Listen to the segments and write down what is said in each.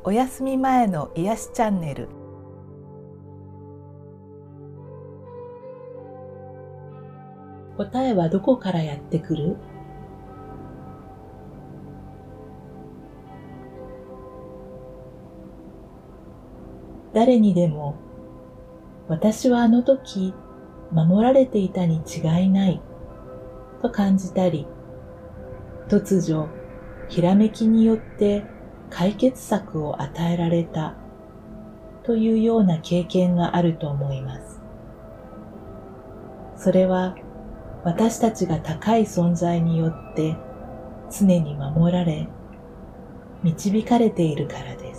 お休み前の癒しチャンネル。 答えはどこからやってくる？誰にでも、私はあの時守られていたに違いないと感じたり、突如ひらめきによって解決策を与えられたというような経験があると思います。それは私たちが高い存在によって常に守られ、導かれているからです。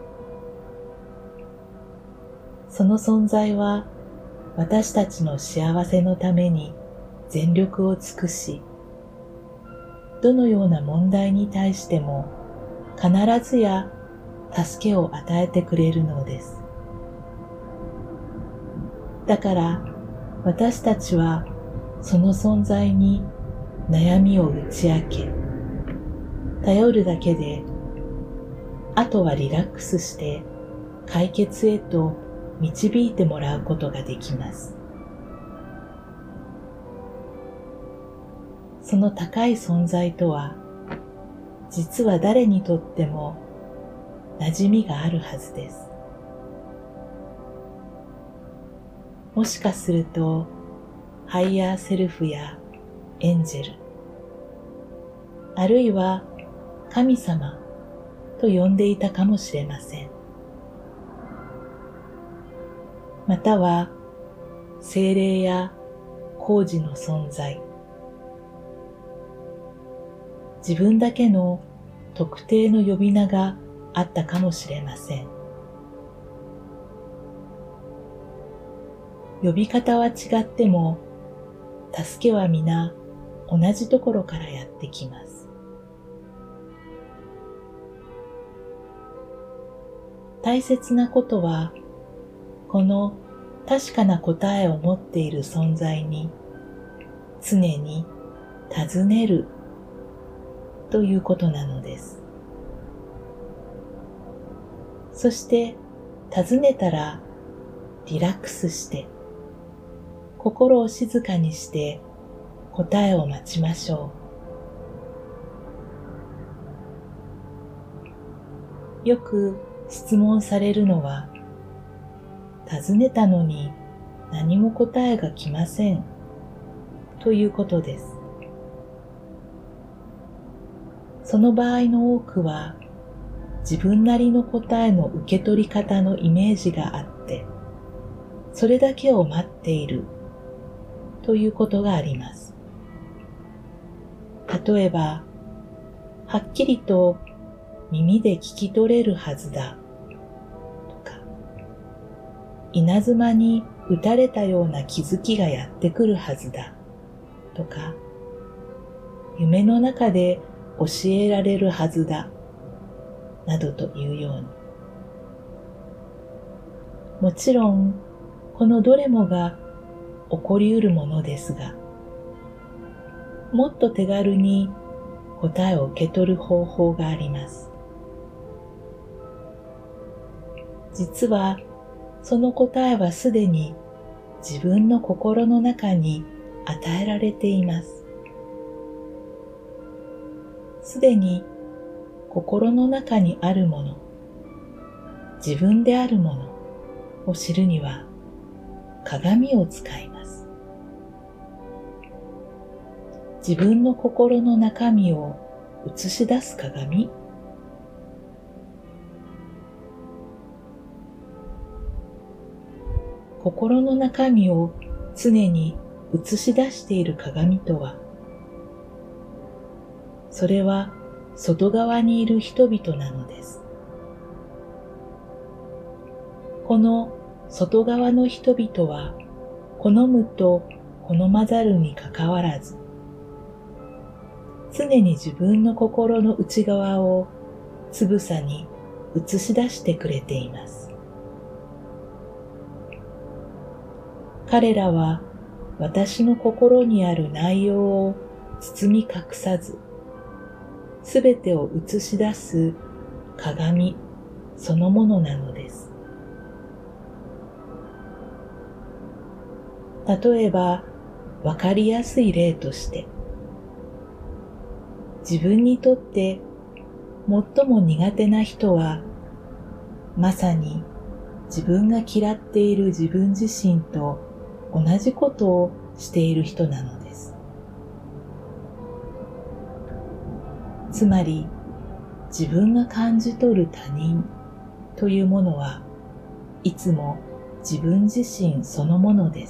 その存在は私たちの幸せのために全力を尽くし、どのような問題に対しても必ずや助けを与えてくれるのです。だから私たちはその存在に悩みを打ち明け、頼るだけで、あとはリラックスして解決へと導いてもらうことができます。その高い存在とは、実は誰にとっても馴染みがあるはずです。もしかすると、ハイヤーセルフやエンジェル、あるいは神様と呼んでいたかもしれません。または精霊や工事の存在、自分だけの特定の呼び名があったかもしれません。呼び方は違っても、助けは皆同じところからやってきます。大切なことは、この確かな答えを持っている存在に常に尋ねるということなのです。そして尋ねたらリラックスして心を静かにして答えを待ちましょう。よく質問されるのは、尋ねたのに何も答えが来ませんということです。その場合の多くは自分なりの答えの受け取り方のイメージがあって、それだけを待っているということがあります。例えば、はっきりと耳で聞き取れるはずだとか、稲妻に打たれたような気づきがやってくるはずだとか、夢の中で教えられるはずだなどというように。もちろんこのどれもが起こりうるものですが、もっと手軽に答えを受け取る方法があります。実はその答えはすでに自分の心の中に与えられています。すでに心の中にあるもの、自分であるものを知るには鏡を使います。自分の心の中身を映し出す鏡。心の中身を常に映し出している鏡とは、それは外側にいる人々なのです。この外側の人々は、好むと好まざるにかかわらず、常に自分の心の内側をつぶさに映し出してくれています。彼らは私の心にある内容を包み隠さず、すべてを映し出す鏡そのものなのです。例えば、わかりやすい例として、自分にとって最も苦手な人は、まさに自分が嫌っている自分自身と同じことをしている人なのです。つまり、自分が感じ取る他人というものはいつも自分自身そのものです。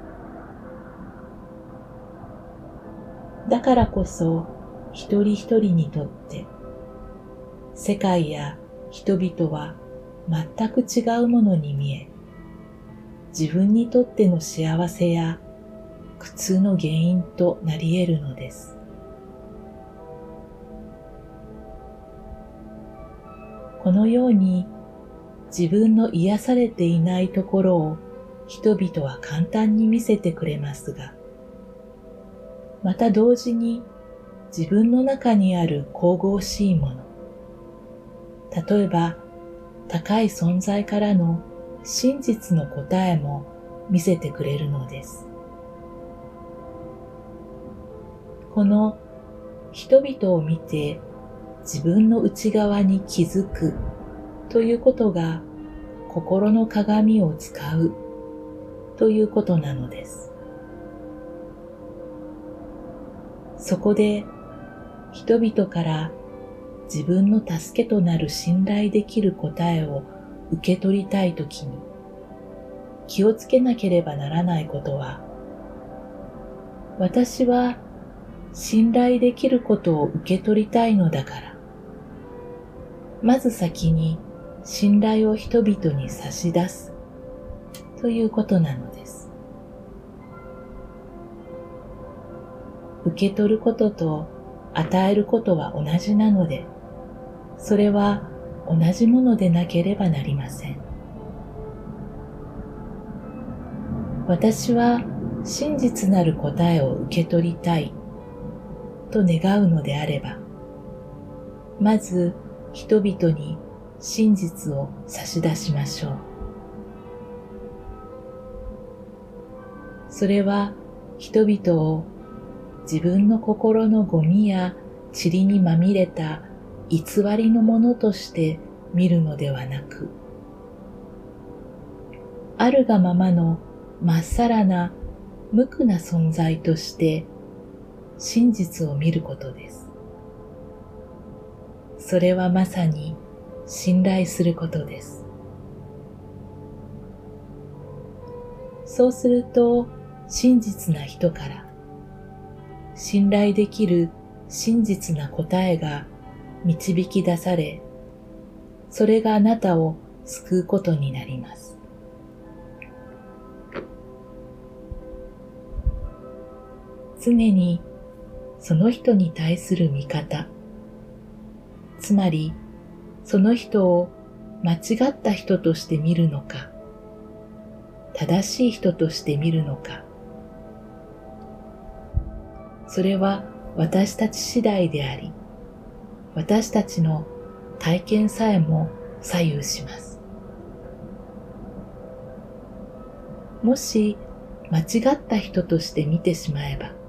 だからこそ一人一人にとって世界や人々は全く違うものに見え、自分にとっての幸せや苦痛の原因となり得るのです。このように自分の癒されていないところを人々は簡単に見せてくれますが、また同時に自分の中にある神々しいもの、例えば高い存在からの真実の答えも見せてくれるのです。この人々を見て自分の内側に気づくということが心の鏡を使うということなのです。そこで人々から自分の助けとなる信頼できる答えを受け取りたいときに気をつけなければならないことは、私は信頼できることを受け取りたいのだから、まず先に信頼を人々に差し出すということなのです。受け取ることと与えることは同じなので、それは同じものでなければなりません。私は真実なる答えを受け取りたいと願うのであれば、まず人々に真実を差し出しましょう。それは人々を自分の心のゴミや塵にまみれた偽りのものとして見るのではなく、あるがままのまっさらな無垢な存在として真実を見ることです。それはまさに信頼することです。そうすると真実な人から信頼できる真実な答えが導き出され、それがあなたを救うことになります。常にその人に対する見方、つまりその人を間違った人として見るのか、正しい人として見るのか、それは私たち次第であり、私たちの体験さえも左右します。もし間違った人として見てしまえば、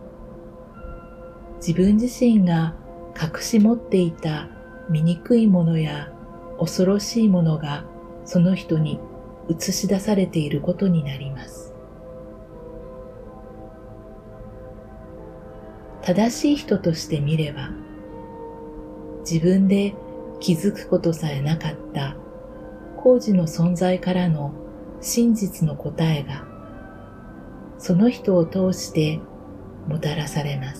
自分自身が隠し持っていた醜いものや恐ろしいものがその人に映し出されていることになります。正しい人として見れば、自分で気づくことさえなかった工事の存在からの真実の答えが、その人を通してもたらされます。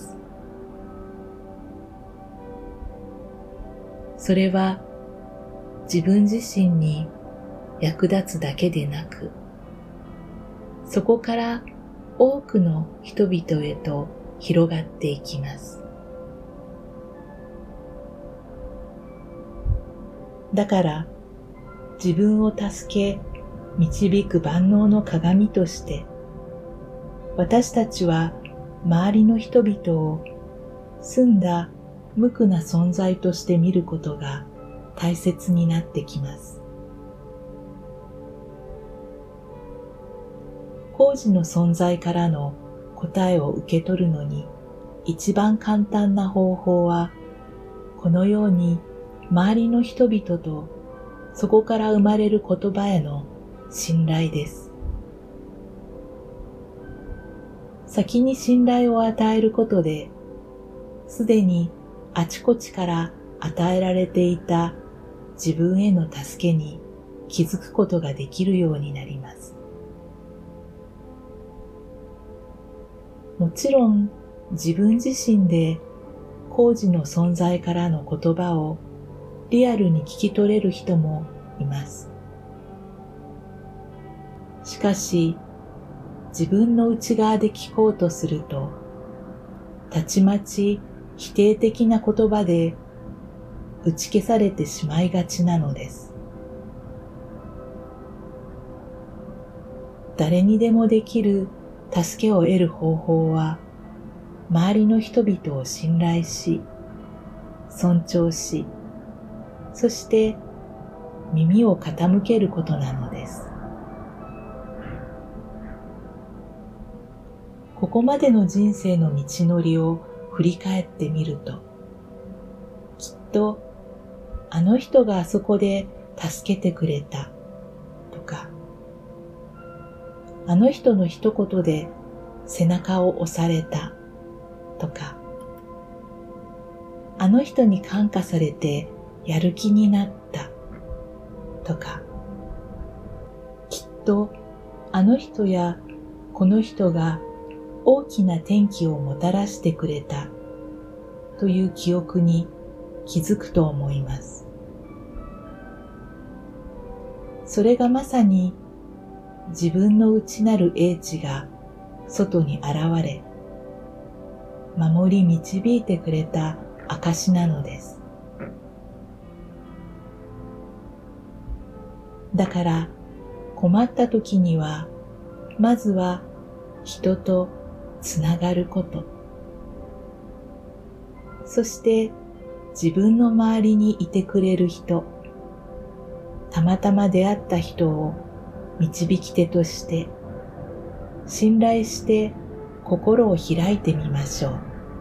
それは自分自身に役立つだけでなく、そこから多くの人々へと広がっていきます。だから自分を助け導く万能の鏡として、私たちは周りの人々を澄んだ無垢な存在として見ることが大切になってきます。工事の存在からの答えを受け取るのに一番簡単な方法は、このように周りの人々とそこから生まれる言葉への信頼です。先に信頼を与えることで、すでにあちこちから与えられていた自分への助けに気づくことができるようになります。もちろん自分自身で工事の存在からの言葉をリアルに聞き取れる人もいます。しかし、自分の内側で聞こうとすると、たちまち否定的な言葉で打ち消されてしまいがちなのです。誰にでもできる助けを得る方法は、周りの人々を信頼し、尊重し、そして耳を傾けることなのです。ここまでの人生の道のりを振り返ってみると、きっとあの人があそこで助けてくれたとか、あの人の一言で背中を押されたとか、あの人に感化されてやる気になったとか、きっとあの人やこの人が大きな転機をもたらしてくれたという記憶に気づくと思います。それがまさに自分の内なる英知が外に現れ、守り導いてくれた証なのです。だから困った時には、まずは人とつながること、そして自分の周りにいてくれる人、たまたま出会った人を導き手として信頼して心を開いてみましょう。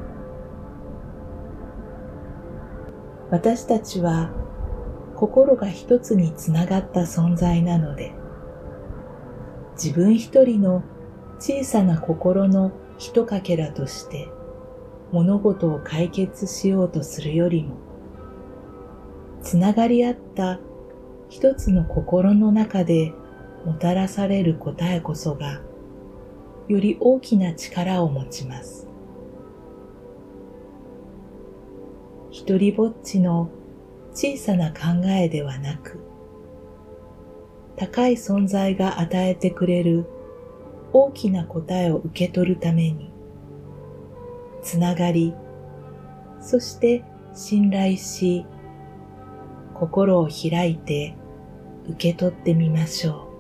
私たちは心が一つにつながった存在なので、自分一人の小さな心のひとかけらとして物事を解決しようとするよりも、つながり合った一つの心の中でもたらされる答えこそが、より大きな力を持ちます。一りぼっちの小さな考えではなく、高い存在が与えてくれる大きな答えを受け取るために、つながり、そして信頼し、心を開いて受け取ってみましょう。